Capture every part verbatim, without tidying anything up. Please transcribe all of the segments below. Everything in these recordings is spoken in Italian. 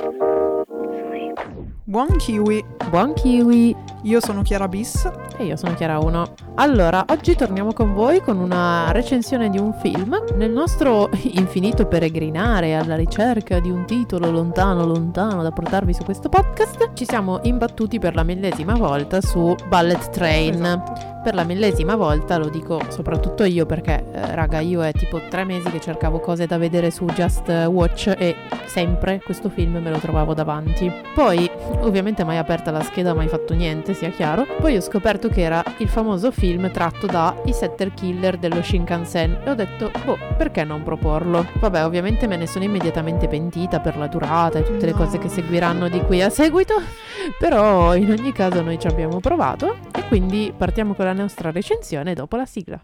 Buon kiwi! Buon kiwi! Io sono Chiara Bis. E io sono Chiara uno. Allora, oggi torniamo con voi con una recensione di un film. Nel nostro infinito peregrinare alla ricerca di un titolo lontano lontano da portarvi su questo podcast, ci siamo imbattuti per la millesima volta su Bullet Train. Esatto. Per la millesima volta, lo dico soprattutto io perché, eh, raga, io è tipo tre mesi che cercavo cose da vedere su Just Watch e sempre questo film me lo trovavo davanti. Poi, ovviamente mai aperta la scheda, mai fatto niente, sia chiaro. Poi ho scoperto che era il famoso film tratto da I Setter Killer dello Shinkansen e ho detto, boh, perché non proporlo? Vabbè, ovviamente me ne sono immediatamente pentita per la durata e tutte No. le cose che seguiranno di qui a seguito, però in ogni caso noi ci abbiamo provato e quindi partiamo con la nostra recensione dopo la sigla.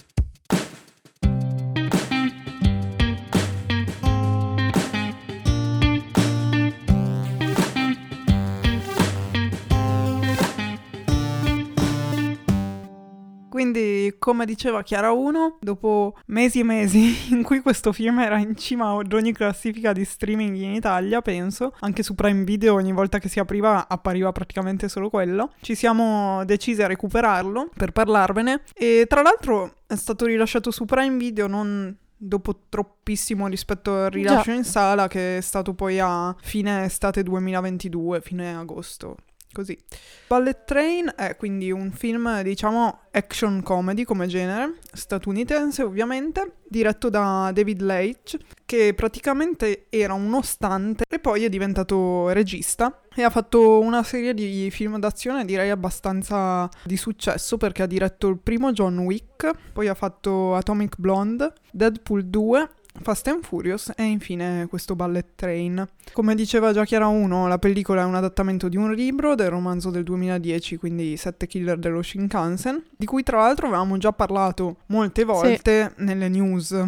Quindi, come diceva Chiara uno, dopo mesi e mesi in cui questo film era in cima ad ogni classifica di streaming in Italia, penso, anche su Prime Video ogni volta che si apriva appariva praticamente solo quello, ci siamo decisi a recuperarlo per parlarvene e tra l'altro è stato rilasciato su Prime Video non dopo troppissimo rispetto al rilascio Già. in sala, che è stato poi a fine estate duemilaventidue, fine agosto. Così. Bullet Train è quindi un film, diciamo, action comedy come genere, statunitense ovviamente, diretto da David Leitch, che praticamente era uno stunt e poi è diventato regista e ha fatto una serie di film d'azione direi abbastanza di successo, perché ha diretto il primo John Wick, poi ha fatto Atomic Blonde, Deadpool due, Fast and Furious e infine questo Bullet Train. Come diceva già Chiara uno, la pellicola è un adattamento di un libro del romanzo del duemiladieci, quindi Sette Killer dello Shinkansen, di cui tra l'altro avevamo già parlato molte volte sì. nelle news.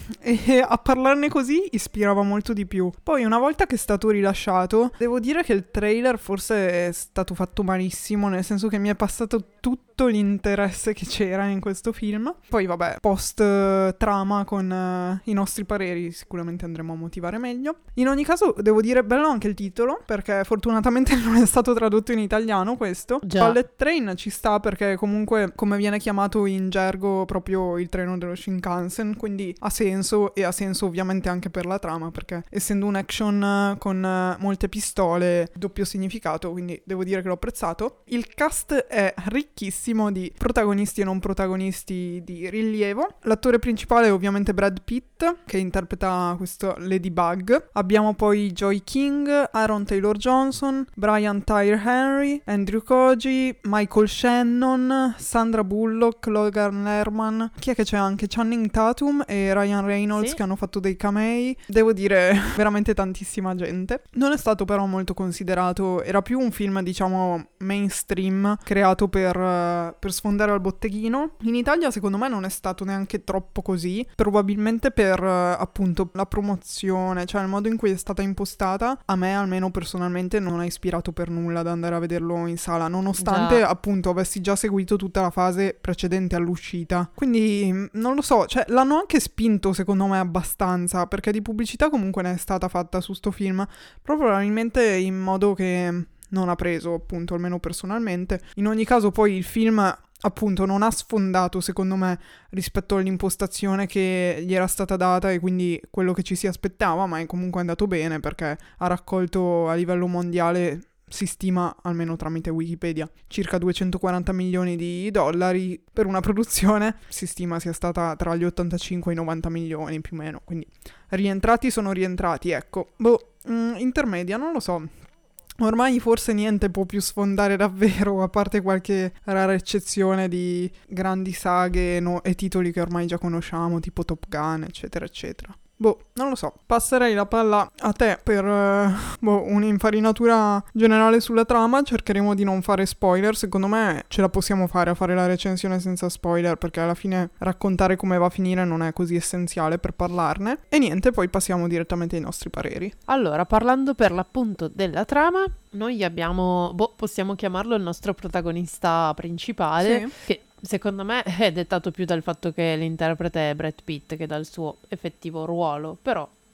E a parlarne così ispirava molto di più. Poi una volta che è stato rilasciato, devo dire che il trailer forse è stato fatto malissimo, nel senso che mi è passato tutto l'interesse che c'era in questo film. Poi vabbè, post uh, trama con uh, i nostri pareri sicuramente andremo a motivare meglio. In ogni caso devo dire bello anche il titolo, perché fortunatamente non è stato tradotto in italiano questo. Già. Bullet Train ci sta perché comunque come viene chiamato in gergo proprio il treno dello Shinkansen, quindi ha senso e ha senso ovviamente anche per la trama, perché essendo un action con molte pistole, doppio significato, quindi devo dire che l'ho apprezzato. Il cast è ricchissimo di protagonisti e non protagonisti di rilievo. L'attore principale è ovviamente Brad Pitt, che interpreta questo Ladybug. Abbiamo poi Joy King, Aaron Taylor Johnson, Brian Tyree Henry, Andrew Koji, Michael Shannon, Sandra Bullock, Logan Lerman. Chi è che c'è anche? Channing Tatum e Ryan Reynolds, sì, che hanno fatto dei camei. Devo dire veramente tantissima gente. Non è stato però molto considerato, era più un film diciamo mainstream, creato per, uh, per sfondare al botteghino. In Italia secondo me non è stato neanche troppo così, probabilmente per uh, appunto la promozione, cioè il modo in cui è stata impostata a me almeno personalmente non ha ispirato per nulla ad andare a vederlo in sala, nonostante già. appunto avessi già seguito tutta la fase precedente all'uscita. Quindi non lo so, cioè l'hanno anche spinto secondo me abbastanza, perché di pubblicità comunque ne è stata fatta su sto film, però probabilmente in modo che non ha preso, appunto, almeno personalmente. In ogni caso poi il film appunto non ha sfondato secondo me rispetto all'impostazione che gli era stata data e quindi quello che ci si aspettava, ma è comunque andato bene perché ha raccolto a livello mondiale, si stima, almeno tramite Wikipedia, circa duecentoquaranta milioni di dollari per una produzione, si stima sia stata tra gli ottantacinque e i novanta milioni più o meno, quindi rientrati sono rientrati, ecco. Boh, mh, intermedia, non lo so. Ormai forse niente può più sfondare davvero, a parte qualche rara eccezione di grandi saghe no, e titoli che ormai già conosciamo, tipo Top Gun, eccetera, eccetera. Boh, non lo so, passerei la palla a te per uh, boh, un'infarinatura generale sulla trama. Cercheremo di non fare spoiler, secondo me ce la possiamo fare a fare la recensione senza spoiler, perché alla fine raccontare come va a finire non è così essenziale per parlarne. E niente, poi passiamo direttamente ai nostri pareri. Allora, parlando per l'appunto della trama, noi abbiamo, boh, possiamo chiamarlo il nostro protagonista principale, sì, che secondo me è dettato più dal fatto che l'interprete è Brad Pitt che dal suo effettivo ruolo, però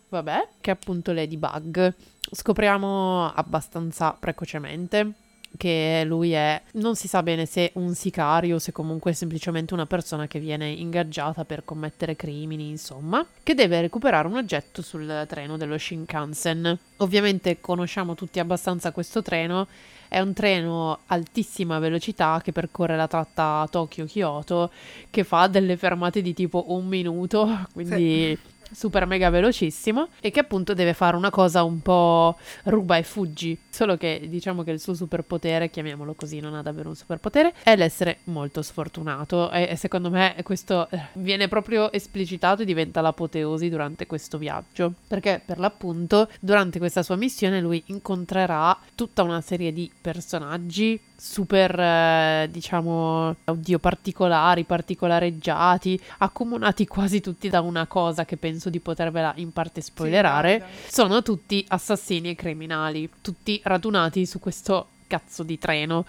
vabbè, che è appunto Ladybug. Scopriamo abbastanza precocemente che lui è, non si sa bene se un sicario o se comunque è semplicemente una persona che viene ingaggiata per commettere crimini, insomma, che deve recuperare un oggetto sul treno dello Shinkansen. Ovviamente conosciamo tutti abbastanza questo treno, è un treno altissima velocità che percorre la tratta Tokyo-Kyoto, che fa delle fermate di tipo un minuto, quindi... Sì. Super mega velocissimo, e che appunto deve fare una cosa un po' ruba e fuggi, solo che diciamo che il suo superpotere, chiamiamolo così, non ha davvero un superpotere, è l'essere molto sfortunato, e, e secondo me questo viene proprio esplicitato e diventa l'apoteosi durante questo viaggio, perché per l'appunto durante questa sua missione lui incontrerà tutta una serie di personaggi super, eh, diciamo, oddio, particolari, particolareggiati, accomunati quasi tutti da una cosa che penso di potervela in parte spoilerare. Sì, dai, dai. Sono tutti assassini e criminali, tutti radunati su questo cazzo di treno,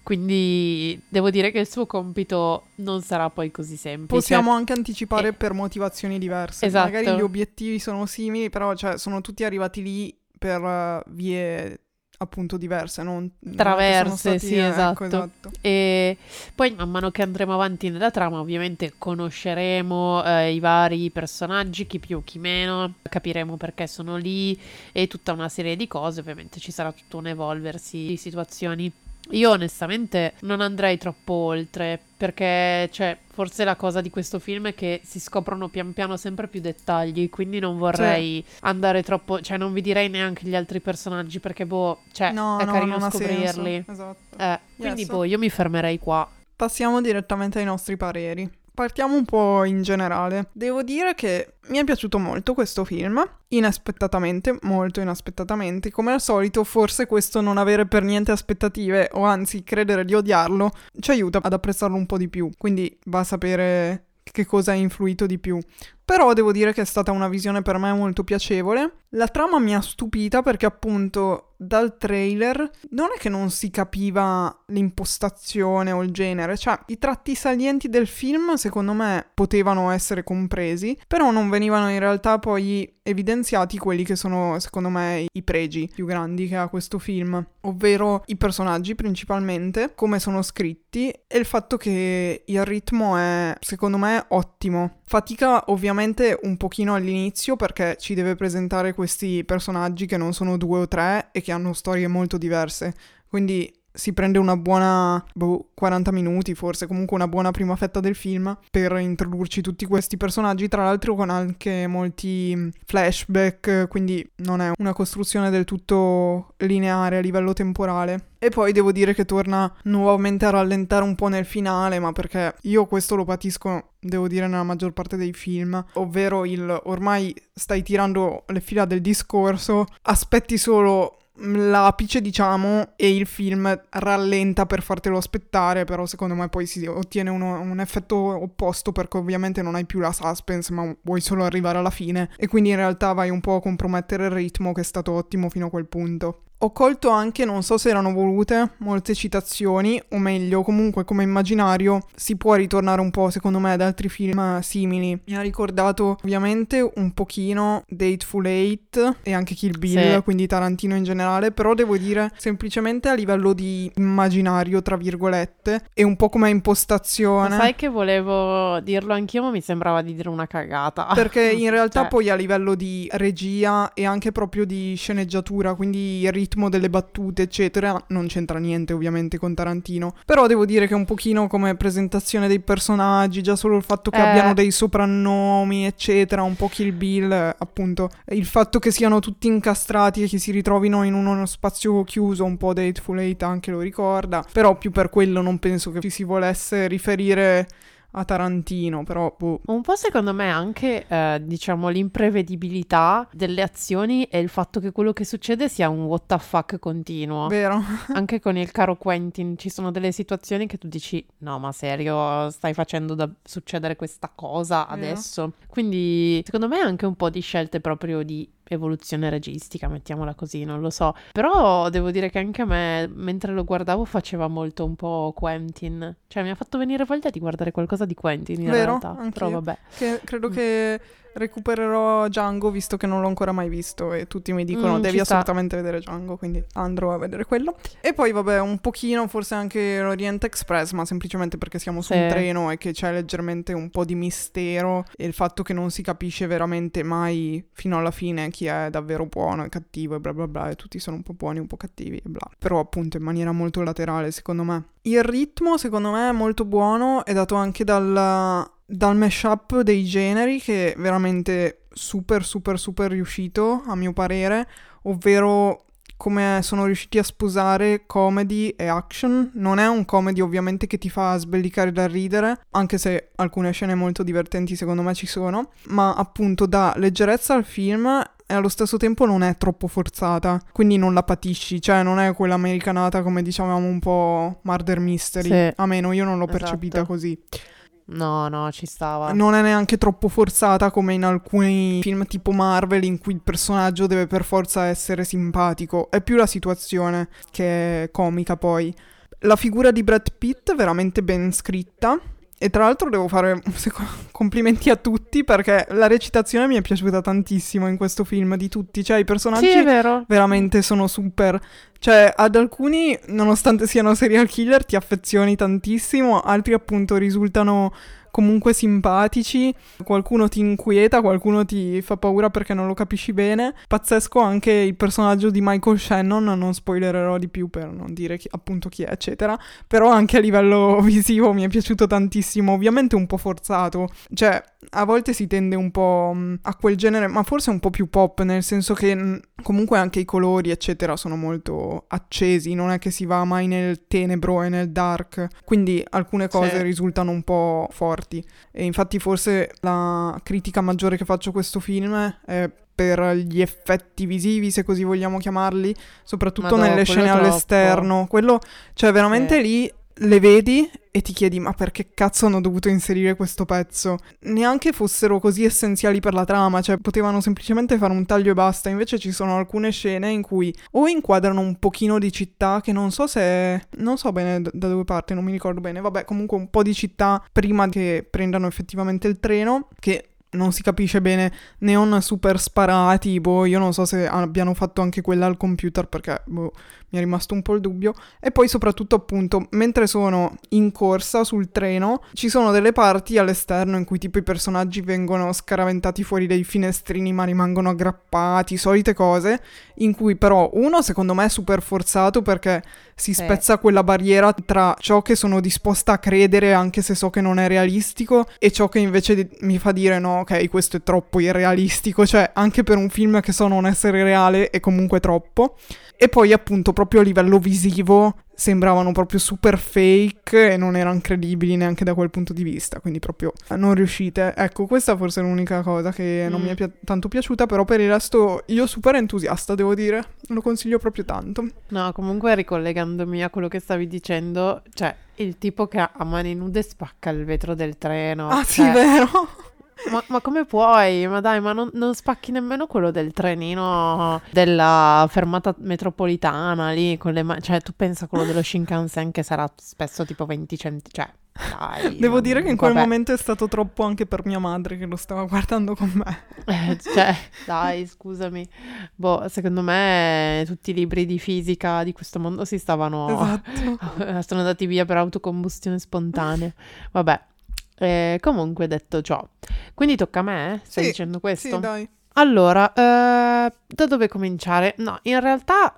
quindi devo dire che il suo compito non sarà poi così semplice. Possiamo anche anticipare eh. per motivazioni diverse. Esatto. Magari gli obiettivi sono simili, però cioè, sono tutti arrivati lì per uh, vie... appunto diverse, non traverse, stati, sì, eh, esatto. Ecco, esatto. E poi man mano che andremo avanti nella trama, ovviamente conosceremo eh, i vari personaggi, chi più, chi meno, capiremo perché sono lì e tutta una serie di cose. Ovviamente ci sarà tutto un evolversi di situazioni. Io onestamente non andrei troppo oltre, perché cioè forse la cosa di questo film è che si scoprono pian piano sempre più dettagli, quindi non vorrei sì. andare troppo, cioè non vi direi neanche gli altri personaggi, perché boh, cioè no, è no, carino non scoprirli. Esatto. Eh, quindi yes. boh, io mi fermerei qua. Passiamo direttamente ai nostri pareri. Partiamo un po' in generale. Devo dire che mi è piaciuto molto questo film, inaspettatamente, molto inaspettatamente. Come al solito, forse questo non avere per niente aspettative, o anzi credere di odiarlo, ci aiuta ad apprezzarlo un po' di più. Quindi va a sapere che cosa ha influito di più. Però devo dire che è stata una visione per me molto piacevole. La trama mi ha stupita perché appunto dal trailer non è che non si capiva l'impostazione o il genere, cioè i tratti salienti del film secondo me potevano essere compresi, però non venivano in realtà poi evidenziati quelli che sono secondo me i pregi più grandi che ha questo film, ovvero i personaggi principalmente, come sono scritti e il fatto che il ritmo è secondo me ottimo. Fatica ovviamente un pochino all'inizio perché ci deve presentare questi personaggi che non sono due o tre e che hanno storie molto diverse, quindi si prende una buona boh, quaranta minuti forse, comunque una buona prima fetta del film per introdurci tutti questi personaggi, tra l'altro con anche molti flashback, quindi non è una costruzione del tutto lineare a livello temporale. E poi devo dire che torna nuovamente a rallentare un po' nel finale, ma perché io questo lo patisco, devo dire, nella maggior parte dei film, ovvero il ormai stai tirando le fila del discorso, aspetti solo l'apice, diciamo, e il film rallenta per fartelo aspettare, però secondo me poi si ottiene uno, un effetto opposto, perché ovviamente non hai più la suspense, ma vuoi solo arrivare alla fine, e quindi in realtà vai un po' a compromettere il ritmo che è stato ottimo fino a quel punto. Ho colto anche, non so se erano volute, molte citazioni, o meglio, comunque come immaginario si può ritornare un po', secondo me, ad altri film simili. Mi ha ricordato ovviamente un pochino Hateful Eight e anche Kill Bill, sì. Quindi Tarantino in generale, però devo dire semplicemente a livello di immaginario, tra virgolette, e un po' come impostazione. Ma sai che volevo dirlo anch'io, ma mi sembrava di dire una cagata. Perché in realtà cioè. poi a livello di regia e anche proprio di sceneggiatura, quindi il ritmo delle battute eccetera, non c'entra niente ovviamente con Tarantino, però devo dire che un pochino come presentazione dei personaggi, già solo il fatto che eh. abbiano dei soprannomi eccetera, un po' Kill Bill, appunto il fatto che siano tutti incastrati e che si ritrovino in uno spazio chiuso, un po' Hateful Eight anche lo ricorda, però più per quello non penso che ci si volesse riferire a Tarantino, però boh. Un po' secondo me anche eh, diciamo l'imprevedibilità delle azioni e il fatto che quello che succede sia un what the fuck continuo. Vero. Anche con il caro Quentin ci sono delle situazioni che tu dici no ma serio stai facendo da succedere questa cosa adesso. Vero. Quindi secondo me anche un po' di scelte proprio di evoluzione registica, mettiamola così, non lo so, però devo dire che anche a me mentre lo guardavo faceva molto un po' Quentin, cioè mi ha fatto venire voglia di guardare qualcosa di Quentin in Vero, realtà, anch'io. però vabbè che credo che recupererò Django visto che non l'ho ancora mai visto e tutti mi dicono Mm, devi ci sta. assolutamente vedere Django, quindi andrò a vedere quello. E poi vabbè un pochino forse anche l'Orient Express, ma semplicemente perché siamo su Sì. un treno e che c'è leggermente un po' di mistero e il fatto che non si capisce veramente mai fino alla fine chi è davvero buono e cattivo e bla bla bla, e tutti sono un po' buoni, un po' cattivi e bla. Però appunto in maniera molto laterale secondo me. Il ritmo secondo me è molto buono, è dato anche dal, dal mashup dei generi che è veramente super super super riuscito a mio parere, ovvero come sono riusciti a sposare comedy e action. Non è un comedy ovviamente che ti fa sbellicare dal ridere, anche se alcune scene molto divertenti secondo me ci sono, ma appunto dà leggerezza al film e allo stesso tempo non è troppo forzata, quindi non la patisci, cioè non è quella americanata come dicevamo un po' murder mystery, Sì. a meno io non l'ho percepita Esatto. così. No, no, ci stava. Non è neanche troppo forzata come in alcuni film tipo Marvel in cui il personaggio deve per forza essere simpatico, è più la situazione che è comica poi. La figura di Brad Pitt è veramente ben scritta e tra l'altro devo fare un seco- complimenti a tutti perché la recitazione mi è piaciuta tantissimo in questo film di tutti, cioè i personaggi Sì, è vero. veramente sono super, cioè ad alcuni nonostante siano serial killer ti affezioni tantissimo, altri appunto risultano comunque simpatici, qualcuno ti inquieta, qualcuno ti fa paura perché non lo capisci bene. Pazzesco anche il personaggio di Michael Shannon, non spoilererò di più per non dire chi, appunto chi è eccetera, però anche a livello visivo mi è piaciuto tantissimo, ovviamente un po' forzato, cioè a volte si tende un po' mh, a quel genere, ma forse un po' più pop, nel senso che mh, comunque anche i colori eccetera sono molto accesi, non è che si va mai nel tenebro e nel dark, quindi alcune cose Sì. risultano un po' forti. E infatti forse la critica maggiore che faccio a questo film è per gli effetti visivi, se così vogliamo chiamarli, soprattutto Madò, nelle quello scene troppo. all'esterno. Quello, cioè veramente Sì. lì le vedi e ti chiedi ma perché cazzo hanno dovuto inserire questo pezzo? Neanche fossero così essenziali per la trama, cioè potevano semplicemente fare un taglio e basta, invece ci sono alcune scene in cui o inquadrano un pochino di città, che non so se... non so bene d- da dove parte, non mi ricordo bene, vabbè comunque un po' di città prima che prendano effettivamente il treno, che... non si capisce bene, neon super sparati, boh, io non so se abbiano fatto anche quella al computer perché, boh, mi è rimasto un po' il dubbio. E poi soprattutto appunto, mentre sono in corsa sul treno, ci sono delle parti all'esterno in cui tipo i personaggi vengono scaraventati fuori dai finestrini ma rimangono aggrappati, solite cose, in cui però uno secondo me è super forzato perché si Sì. spezza quella barriera tra ciò che sono disposta a credere anche se so che non è realistico e ciò che invece di- mi fa dire no, ok, questo è troppo irrealistico, cioè anche per un film che so non essere reale è comunque troppo. E poi appunto proprio a livello visivo sembravano proprio super fake e non erano credibili neanche da quel punto di vista, quindi proprio non riuscite. Ecco, questa forse è l'unica cosa che non Mm. mi è pi- tanto piaciuta, però per il resto io super entusiasta, devo dire, lo consiglio proprio tanto. No, comunque ricollegandomi a quello che stavi dicendo, cioè il tipo che a mani nude spacca il vetro del treno. Ah sì, cioè, vero? ma, ma come puoi? Ma dai, ma non, non spacchi nemmeno quello del trenino della fermata metropolitana lì con le mani. Cioè, tu pensa quello dello Shinkansen che sarà spesso tipo venti centimetri. Cioè, dai. Devo non- dire che in quel vabbè. momento è stato troppo anche per mia madre che lo stava guardando con me. Eh, cioè, dai, scusami. Boh, secondo me tutti i libri di fisica di questo mondo si stavano... Esatto. sono andati via per autocombustione spontanea. Vabbè. Eh, comunque detto ciò, quindi tocca a me? Stai Sì, dicendo questo? Sì, dai. Allora, eh, da dove cominciare? No, in realtà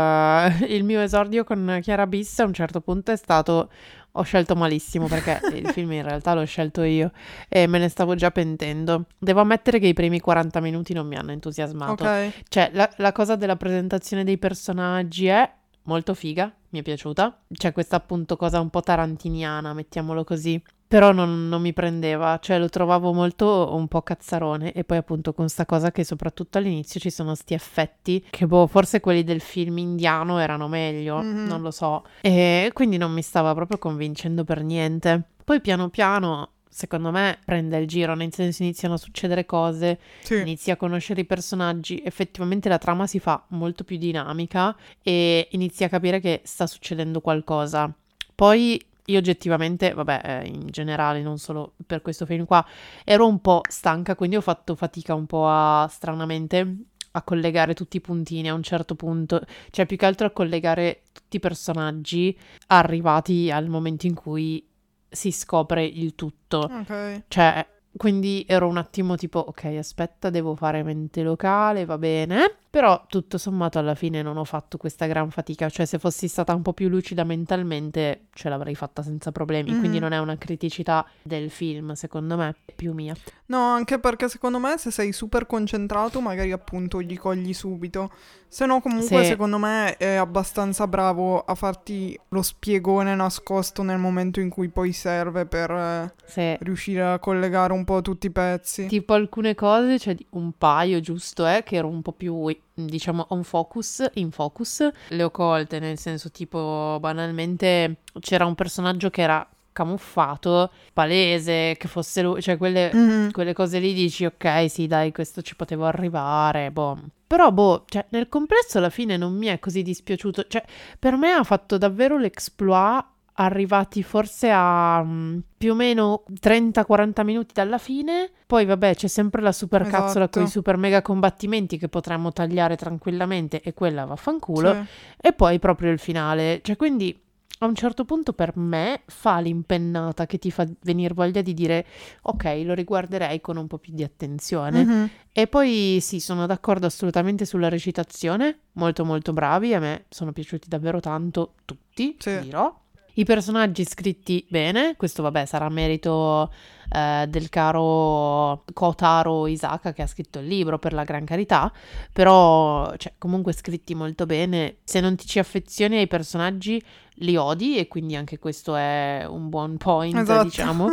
eh, il mio esordio con Chiara Bis a un certo punto è stato... Ho scelto malissimo perché il film in realtà l'ho scelto io e me ne stavo già pentendo. Devo ammettere che i primi quaranta minuti non mi hanno entusiasmato. Ok. Cioè, la, la cosa della presentazione dei personaggi è molto figa, mi è piaciuta. C'è questa appunto cosa un po' tarantiniana, mettiamolo così. Però non, non mi prendeva, cioè lo trovavo molto un po' cazzarone e poi appunto con sta cosa che soprattutto all'inizio ci sono sti effetti che boh, forse quelli del film indiano erano meglio, Mhm. non lo so. E quindi non mi stava proprio convincendo per niente. Poi piano piano, secondo me, prende il giro, nel senso iniziano a succedere cose, Sì. inizi a conoscere i personaggi, effettivamente la trama si fa molto più dinamica e inizi a capire che sta succedendo qualcosa. Poi io oggettivamente, vabbè, eh, in generale, non solo per questo film qua, ero un po' stanca, quindi ho fatto fatica un po' a, stranamente, a collegare tutti i puntini a un certo punto, cioè più che altro a collegare tutti i personaggi arrivati al momento in cui si scopre il tutto. Ok. Cioè, quindi ero un attimo tipo, ok, aspetta, devo fare mente locale, va bene. Però tutto sommato alla fine non ho fatto questa gran fatica, cioè se fossi stata un po' più lucida mentalmente ce l'avrei fatta senza problemi, Mhm. quindi non è una criticità del film, secondo me, è più mia. No, anche perché secondo me se sei super concentrato magari appunto gli cogli subito. Se no comunque Sì. secondo me è abbastanza bravo a farti lo spiegone nascosto nel momento in cui poi serve per eh, Se riuscire a collegare un po' tutti i pezzi. tipo alcune cose, cioè di- un paio giusto, eh, che ero un po' più, diciamo, on focus, in focus, le ho colte, nel senso tipo banalmente c'era un personaggio che era camuffato, palese, che fosse lui, cioè quelle, Mhm. quelle cose lì dici ok, sì dai, questo ci potevo arrivare, boh. Però boh, cioè nel complesso alla fine non mi è così dispiaciuto, cioè per me ha fatto davvero l'exploit arrivati forse a mm, più o meno trenta quaranta minuti dalla fine. Poi vabbè c'è sempre la super cazzola Esatto. con i super mega combattimenti che potremmo tagliare tranquillamente e quella vaffanculo. Sì. E poi proprio il finale, cioè quindi a un certo punto per me fa l'impennata che ti fa venire voglia di dire ok, lo riguarderei con un po' più di attenzione. Mhm. E poi sì, sono d'accordo assolutamente sulla recitazione, molto molto bravi, a me sono piaciuti davvero tanto tutti, Sì. dirò. I personaggi scritti bene, questo vabbè sarà merito eh, del caro Kotaro Isaka che ha scritto il libro, per la gran carità, però cioè, comunque scritti molto bene. Se non ti ci affezioni ai personaggi li odi e quindi anche questo è un buon point, Esatto. diciamo.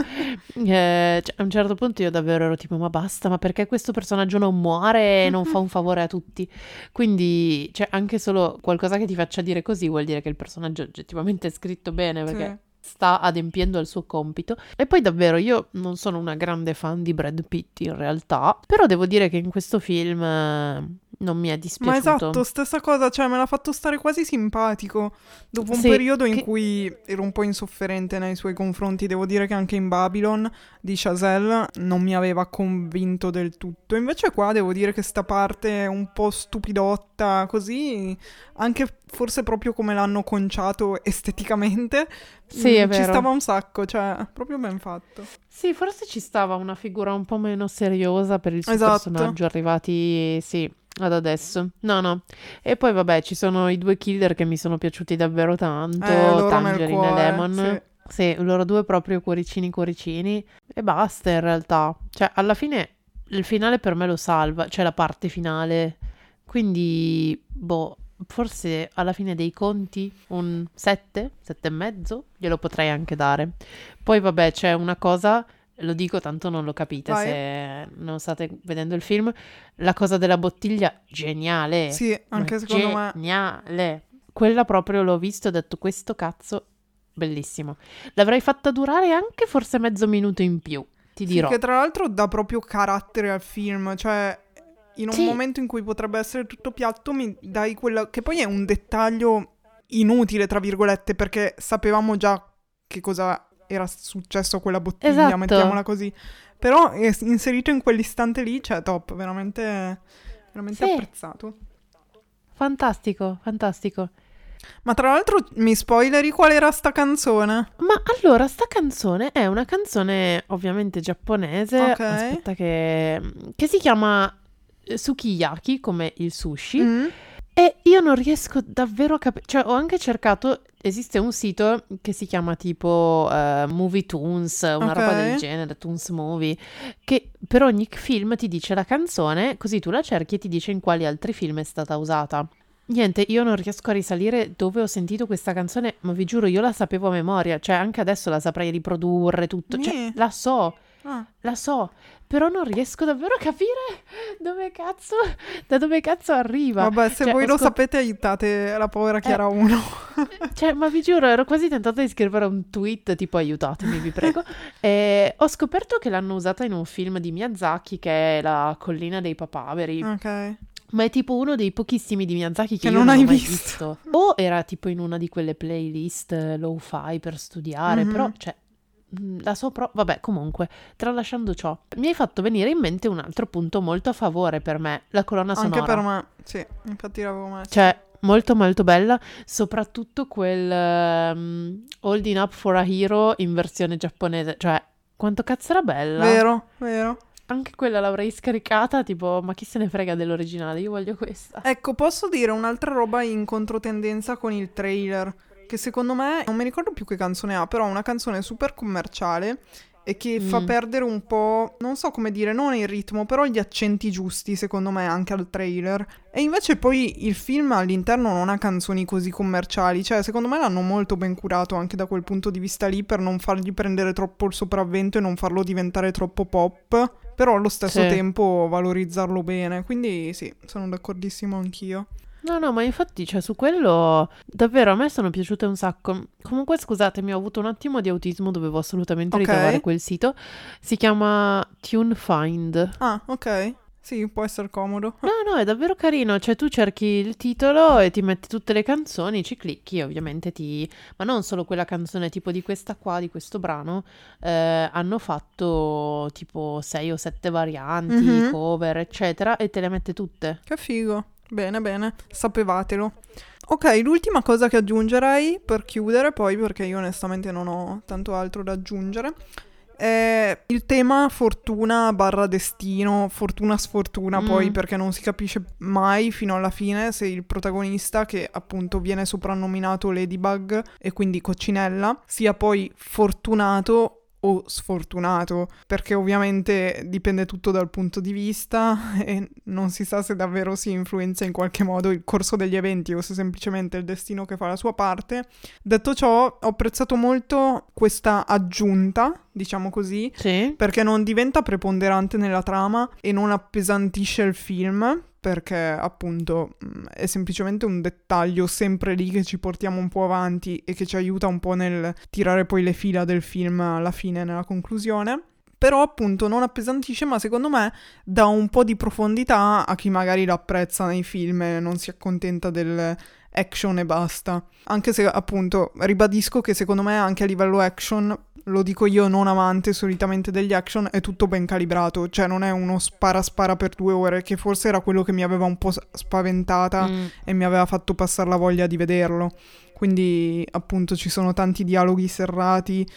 Eh, cioè, a un certo punto io davvero ero tipo ma basta, ma perché questo personaggio non muore e non fa un favore a tutti? Quindi cioè, anche solo qualcosa che ti faccia dire così vuol dire che il personaggio oggettivamente è scritto bene perché Sì. sta adempiendo al suo compito. E poi davvero io non sono una grande fan di Brad Pitt in realtà, però devo dire che in questo film eh, non mi è Ma dispiaciuto. esatto, stessa cosa, cioè me l'ha fatto stare quasi simpatico dopo un Sì, periodo in che- cui ero un po' insofferente nei suoi confronti. Devo dire che anche in Babylon di Chazelle non mi aveva convinto del tutto. Invece qua devo dire che sta parte un po' stupidotta, così, anche forse proprio come l'hanno conciato esteticamente, Sì, è mm, ci vero. stava un sacco, cioè proprio ben fatto. Sì, forse ci stava una figura un po' meno seriosa per il suo Esatto. personaggio, arrivati, sì, ad adesso. No, no. E poi vabbè, ci sono i due killer che mi sono piaciuti davvero tanto, Eh, loro nel Tangerine cuore, e Lemon. sì. Sì, loro due proprio cuoricini cuoricini. E basta in realtà. Cioè, alla fine il finale per me lo salva, cioè la parte finale. Quindi, boh, forse alla fine dei conti un sette, sette e mezzo glielo potrei anche dare. Poi vabbè, c'è una cosa, lo dico tanto non lo capite Vai. se non state vedendo il film, la cosa della bottiglia, geniale. Sì, anche Ma secondo me. geniale. Quella proprio l'ho visto e ho detto questo cazzo, bellissimo. L'avrei fatta durare anche forse mezzo minuto in più, ti Sì, dirò. che tra l'altro dà proprio carattere al film, cioè in un Sì. momento in cui potrebbe essere tutto piatto mi dai quella che poi è un dettaglio inutile tra virgolette perché sapevamo già che cosa era successo a quella bottiglia, Esatto. mettiamola così. Però è inserito in quell'istante lì, cioè top, veramente veramente Sì. apprezzato. Fantastico, fantastico. Ma tra l'altro mi spoileri qual era sta canzone? Ma allora, sta canzone è una canzone ovviamente giapponese, Ok. aspetta che, che si chiama eh, Sukiyaki, come il sushi, Mm. e io non riesco davvero a capire, cioè ho anche cercato, esiste un sito che si chiama tipo eh, Movie Toons, una Ok. roba del genere, Toons Movie, che per ogni film ti dice la canzone, così tu la cerchi e ti dice in quali altri film è stata usata. Niente, io non riesco a risalire dove ho sentito questa canzone, ma vi giuro, io la sapevo a memoria, cioè anche adesso la saprei riprodurre tutto, cioè Mi. la so, Ah. la so, però non riesco davvero a capire dove cazzo, da dove cazzo arriva. Vabbè, se Cioè, voi ho lo scop- sapete aiutate la povera Chiara uno. Cioè, ma vi giuro, ero quasi tentata di scrivere un tweet tipo aiutatemi, vi prego. E ho scoperto che l'hanno usata in un film di Miyazaki che è La collina dei papaveri. Ok. Ma è tipo uno dei pochissimi di Miyazaki che, che io non non hai ho mai visto. visto. O era tipo in una di quelle playlist eh, low-fi per studiare, Mhm. però, cioè, mh, la so pro... Vabbè, comunque, tralasciando ciò, mi hai fatto venire in mente un altro punto molto a favore per me, la colonna Anche sonora. per me, sì, infatti l'avevo messa. Cioè, molto molto bella, soprattutto quel ehm, Holding Up for a Hero in versione giapponese, cioè, quanto cazzo era bella. Vero, vero. Anche quella l'avrei scaricata, tipo, ma chi se ne frega dell'originale, io voglio questa. Ecco, posso dire un'altra roba in controtendenza con il trailer, che secondo me, non mi ricordo più che canzone ha, però è una canzone super commerciale e che fa Mm. perdere un po', non so come dire, non il ritmo, però gli accenti giusti, secondo me, anche al trailer. E invece poi il film all'interno non ha canzoni così commerciali, cioè secondo me l'hanno molto ben curato anche da quel punto di vista lì, per non fargli prendere troppo il sopravvento e non farlo diventare troppo pop, però allo stesso Sì. tempo valorizzarlo bene, quindi sì, sono d'accordissimo anch'io. No, no, ma infatti, cioè, su quello davvero a me sono piaciute un sacco. Comunque, scusatemi, ho avuto un attimo di autismo, dovevo assolutamente Ok. ritrovare quel sito. Si chiama TuneFind. Ah, ok. Sì, può essere comodo. No, no, è davvero carino. Cioè, tu cerchi il titolo e ti metti tutte le canzoni, ci clicchi, ovviamente ti... Ma non solo quella canzone, tipo di questa qua, di questo brano, eh, hanno fatto tipo sei o sette varianti, Mhm. cover, eccetera, e te le mette tutte. Che figo. Bene, bene. Sapevatelo. Ok, l'ultima cosa che aggiungerei per chiudere, poi perché io onestamente non ho tanto altro da aggiungere, è il tema fortuna barra destino, fortuna sfortuna Mm. poi, perché non si capisce mai fino alla fine se il protagonista, che appunto viene soprannominato Ladybug e quindi coccinella, sia poi fortunato o sfortunato, perché ovviamente dipende tutto dal punto di vista e non si sa se davvero si influenza in qualche modo il corso degli eventi o se semplicemente è il destino che fa la sua parte. Detto ciò, ho apprezzato molto questa aggiunta, diciamo così, Sì. perché non diventa preponderante nella trama e non appesantisce il film, perché appunto mh, è semplicemente un dettaglio sempre lì che ci portiamo un po' avanti e che ci aiuta un po' nel tirare poi le fila del film alla fine, nella conclusione. Però appunto non appesantisce, ma secondo me dà un po' di profondità a chi magari l'apprezza nei film e non si accontenta del action e basta. Anche se appunto ribadisco che secondo me anche a livello action, lo dico io non amante solitamente degli action, è tutto ben calibrato, cioè non è uno spara spara per due ore, che forse era quello che mi aveva un po' spaventata Mm. e mi aveva fatto passare la voglia di vederlo. Quindi appunto ci sono tanti dialoghi serrati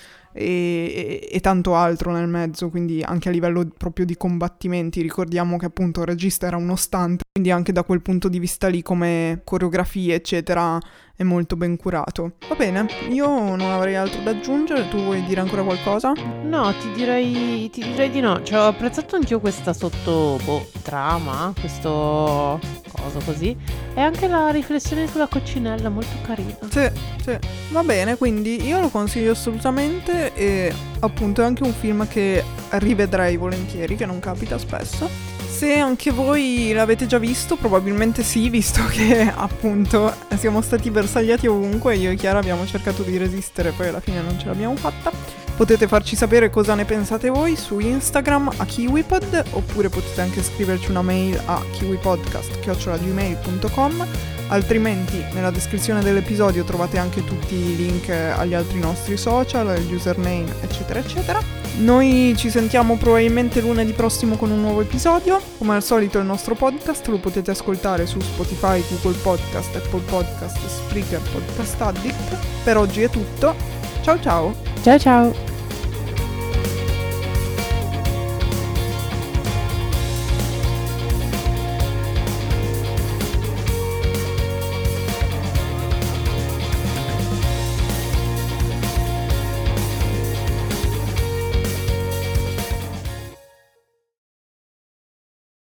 e, e, e tanto altro nel mezzo, quindi anche a livello proprio di combattimenti ricordiamo che appunto il regista era uno stunt, quindi anche da quel punto di vista lì come coreografie eccetera è molto ben curato. Va bene, io non avrei altro da aggiungere, tu vuoi dire ancora qualcosa? No, ti direi, ti direi di no. Cioè, ho apprezzato anch'io questa sotto boh, trama, questo coso così. E anche la riflessione sulla coccinella, molto carina. Sì, sì. Va bene, quindi io lo consiglio assolutamente e appunto è anche un film che rivedrei volentieri, che non capita spesso. Se anche voi l'avete già visto, probabilmente sì, visto che appunto siamo stati bersagliati ovunque, io e Chiara abbiamo cercato di resistere, poi alla fine non ce l'abbiamo fatta. Potete farci sapere cosa ne pensate voi su Instagram a KiwiPod, oppure potete anche scriverci una mail a kiwipodcast chiocciola gmail punto com. Altrimenti nella descrizione dell'episodio trovate anche tutti i link agli altri nostri social, il username eccetera eccetera. Noi ci sentiamo probabilmente lunedì prossimo con un nuovo episodio. Come al solito il nostro podcast lo potete ascoltare su Spotify, Google Podcast, Apple Podcast, Spreaker, Podcast Addict. Per oggi è tutto. Ciao ciao! Ciao ciao!